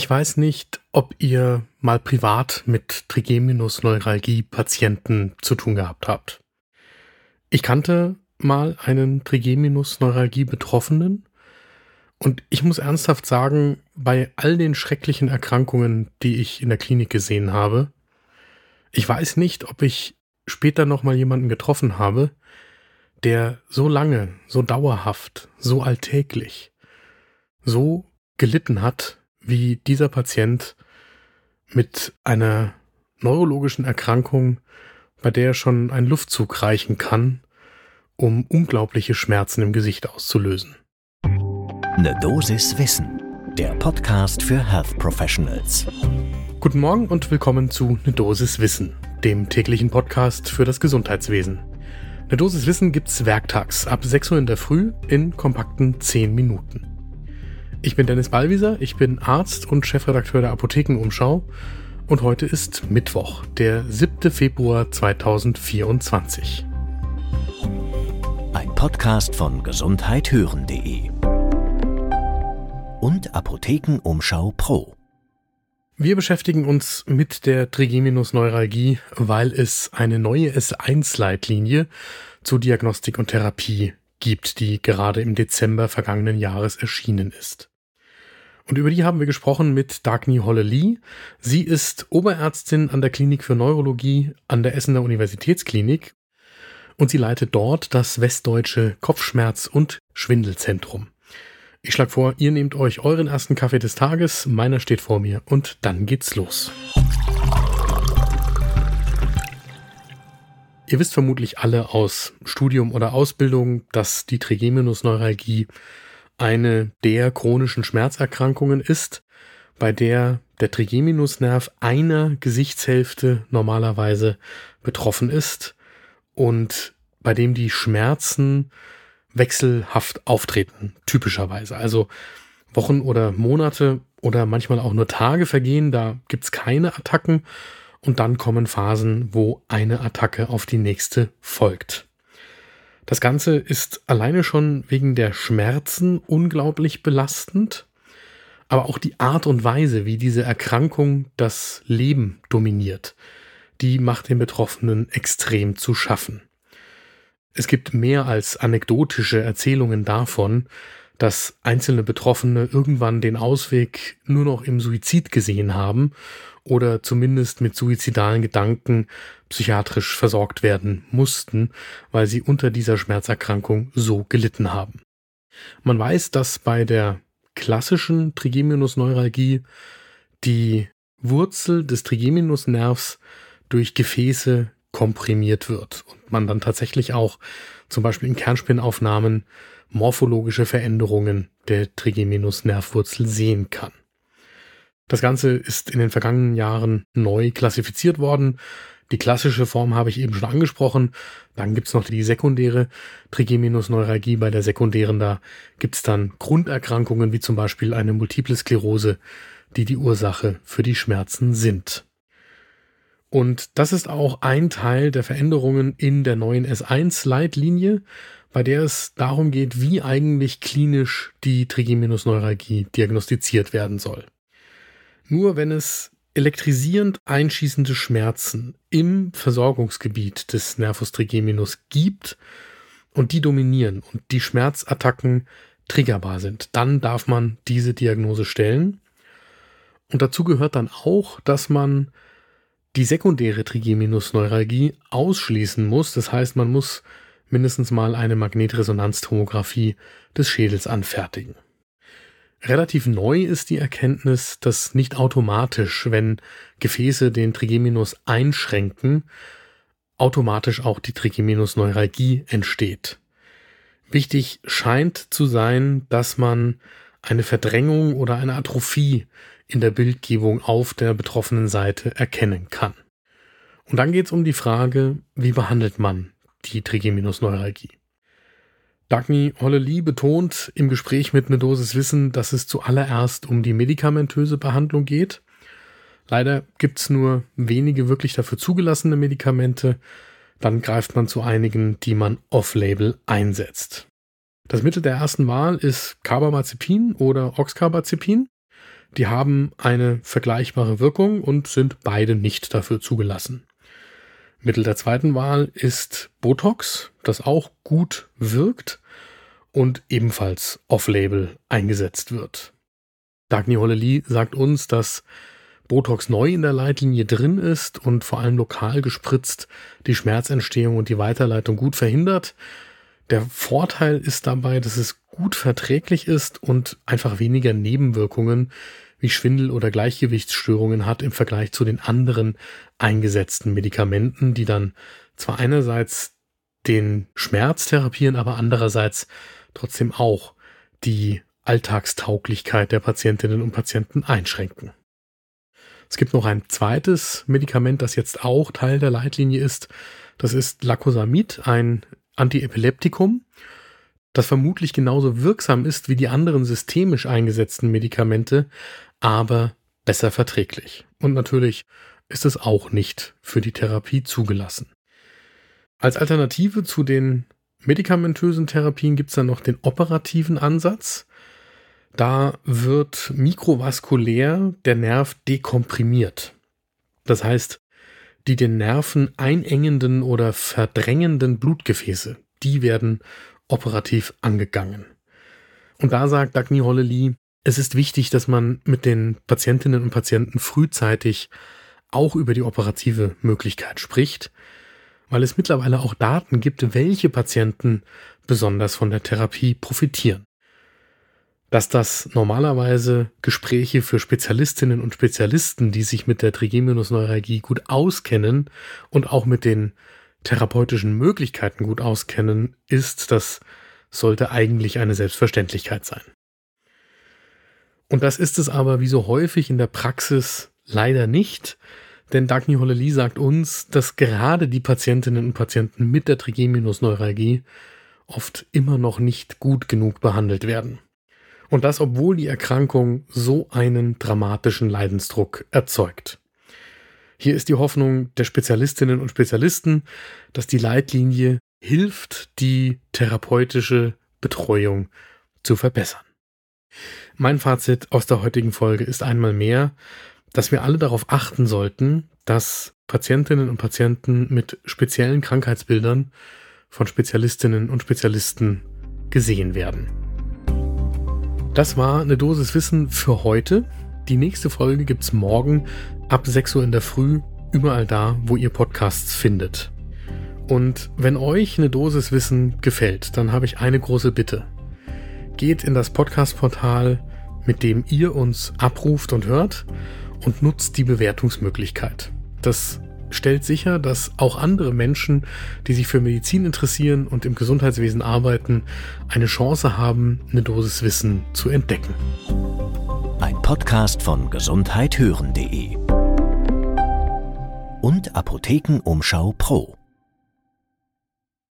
Ich weiß nicht, ob ihr mal privat mit Trigeminusneuralgie-Patienten zu tun gehabt habt. Ich kannte mal einen Trigeminusneuralgie-Betroffenen und ich muss ernsthaft sagen, bei all den schrecklichen Erkrankungen, die ich in der Klinik gesehen habe, ich weiß nicht, ob ich später noch mal jemanden getroffen habe, der so lange, so dauerhaft, so alltäglich, so gelitten hat, wie dieser Patient mit einer neurologischen Erkrankung, bei der schon ein Luftzug reichen kann, um unglaubliche Schmerzen im Gesicht auszulösen. Eine Dosis Wissen, der Podcast für Health Professionals. Guten Morgen und willkommen zu Eine Dosis Wissen, dem täglichen Podcast für das Gesundheitswesen. Eine Dosis Wissen gibt's werktags ab 6 Uhr in der Früh in kompakten 10 Minuten. Ich bin Dennis Ballwieser, ich bin Arzt und Chefredakteur der Apothekenumschau und heute ist Mittwoch, der 7. Februar 2024. Ein Podcast von gesundheithören.de und Apothekenumschau Pro. Wir beschäftigen uns mit der Trigeminusneuralgie, weil es eine neue S1-Leitlinie zur Diagnostik und Therapie gibt, die gerade im Dezember vergangenen Jahres erschienen ist. Und über die haben wir gesprochen mit Dagny Holle-Lee. Sie ist Oberärztin an der Klinik für Neurologie an der Essener Universitätsklinik und sie leitet dort das Westdeutsche Kopfschmerz- und Schwindelzentrum. Ich schlage vor, ihr nehmt euch euren ersten Kaffee des Tages, meiner steht vor mir und dann geht's los. Ihr wisst vermutlich alle aus Studium oder Ausbildung, dass die Trigeminusneuralgie eine der chronischen Schmerzerkrankungen ist, bei der der Trigeminusnerv einer Gesichtshälfte normalerweise betroffen ist und bei dem die Schmerzen wechselhaft auftreten, typischerweise. Also Wochen oder Monate oder manchmal auch nur Tage vergehen, da gibt's keine Attacken. Und dann kommen Phasen, wo eine Attacke auf die nächste folgt. Das Ganze ist alleine schon wegen der Schmerzen unglaublich belastend, aber auch die Art und Weise, wie diese Erkrankung das Leben dominiert, die macht den Betroffenen extrem zu schaffen. Es gibt mehr als anekdotische Erzählungen davon, dass einzelne Betroffene irgendwann den Ausweg nur noch im Suizid gesehen haben oder zumindest mit suizidalen Gedanken psychiatrisch versorgt werden mussten, weil sie unter dieser Schmerzerkrankung so gelitten haben. Man weiß, dass bei der klassischen Trigeminusneuralgie die Wurzel des Trigeminusnervs durch Gefäße komprimiert wird und man dann tatsächlich auch zum Beispiel in Kernspinnaufnahmen morphologische Veränderungen der Trigeminusnervwurzel sehen kann. Das Ganze ist in den vergangenen Jahren neu klassifiziert worden. Die klassische Form habe ich eben schon angesprochen. Dann gibt es noch die sekundäre Trigeminusneuralgie. Bei der sekundären, da gibt es dann Grunderkrankungen wie zum Beispiel eine Multiple Sklerose, die die Ursache für die Schmerzen sind. Und das ist auch ein Teil der Veränderungen in der neuen S1-Leitlinie, bei der es darum geht, wie eigentlich klinisch die Trigeminusneuralgie diagnostiziert werden soll. Nur wenn es elektrisierend einschießende Schmerzen im Versorgungsgebiet des Nervus trigeminus gibt und die dominieren und die Schmerzattacken triggerbar sind, dann darf man diese Diagnose stellen. Und dazu gehört dann auch, dass man die sekundäre Trigeminusneuralgie ausschließen muss. Das heißt, man muss mindestens mal eine Magnetresonanztomographie des Schädels anfertigen. Relativ neu ist die Erkenntnis, dass nicht automatisch, wenn Gefäße den Trigeminus einschränken, automatisch auch die Trigeminusneuralgie entsteht. Wichtig scheint zu sein, dass man eine Verdrängung oder eine Atrophie in der Bildgebung auf der betroffenen Seite erkennen kann. Und dann geht es um die Frage, wie behandelt man die Trigeminusneuralgie? Dagny Holle-Lee betont im Gespräch mit Eine Dosis Wissen, dass es zuallererst um die medikamentöse Behandlung geht. Leider gibt es nur wenige wirklich dafür zugelassene Medikamente. Dann greift man zu einigen, die man off-label einsetzt. Das Mittel der ersten Wahl ist Carbamazepin oder Oxcarbazepin. Die haben eine vergleichbare Wirkung und sind beide nicht dafür zugelassen. Mittel der zweiten Wahl ist Botox, das auch gut wirkt und ebenfalls off-label eingesetzt wird. Dagny Hollely sagt uns, dass Botox neu in der Leitlinie drin ist und vor allem lokal gespritzt die Schmerzentstehung und die Weiterleitung gut verhindert. Der Vorteil ist dabei, dass es gut verträglich ist und einfach weniger Nebenwirkungen wie Schwindel oder Gleichgewichtsstörungen hat im Vergleich zu den anderen eingesetzten Medikamenten, die dann zwar einerseits den Schmerz therapieren, aber andererseits trotzdem auch die Alltagstauglichkeit der Patientinnen und Patienten einschränken. Es gibt noch ein zweites Medikament, das jetzt auch Teil der Leitlinie ist. Das ist Lacosamid, ein Antiepileptikum, das vermutlich genauso wirksam ist wie die anderen systemisch eingesetzten Medikamente, aber besser verträglich. Und natürlich ist es auch nicht für die Therapie zugelassen. Als Alternative zu den medikamentösen Therapien gibt es dann noch den operativen Ansatz. Da wird mikrovaskulär der Nerv dekomprimiert. Das heißt, die den Nerven einengenden oder verdrängenden Blutgefäße, die werden operativ angegangen. Und da sagt Dagny Hollely, es ist wichtig, dass man mit den Patientinnen und Patienten frühzeitig auch über die operative Möglichkeit spricht, weil es mittlerweile auch Daten gibt, welche Patienten besonders von der Therapie profitieren. Dass das normalerweise Gespräche für Spezialistinnen und Spezialisten, die sich mit der Trigeminusneuralgie gut auskennen und auch mit den therapeutischen Möglichkeiten gut auskennen, ist, das sollte eigentlich eine Selbstverständlichkeit sein. Und das ist es aber wie so häufig in der Praxis leider nicht, denn Dagny Hollely sagt uns, dass gerade die Patientinnen und Patienten mit der Trigeminusneuralgie oft immer noch nicht gut genug behandelt werden. Und das, obwohl die Erkrankung so einen dramatischen Leidensdruck erzeugt. Hier ist die Hoffnung der Spezialistinnen und Spezialisten, dass die Leitlinie hilft, die therapeutische Betreuung zu verbessern. Mein Fazit aus der heutigen Folge ist einmal mehr, dass wir alle darauf achten sollten, dass Patientinnen und Patienten mit speziellen Krankheitsbildern von Spezialistinnen und Spezialisten gesehen werden. Das war eine Dosis Wissen für heute. Die nächste Folge gibt's morgen ab 6 Uhr in der Früh, überall da, wo ihr Podcasts findet. Und wenn euch eine Dosis Wissen gefällt, dann habe ich eine große Bitte. Geht in das Podcast-Portal, mit dem ihr uns abruft und hört, und nutzt die Bewertungsmöglichkeit. Das stellt sicher, dass auch andere Menschen, die sich für Medizin interessieren und im Gesundheitswesen arbeiten, eine Chance haben, eine Dosis Wissen zu entdecken. Ein Podcast von gesundheithören.de und Apothekenumschau Pro.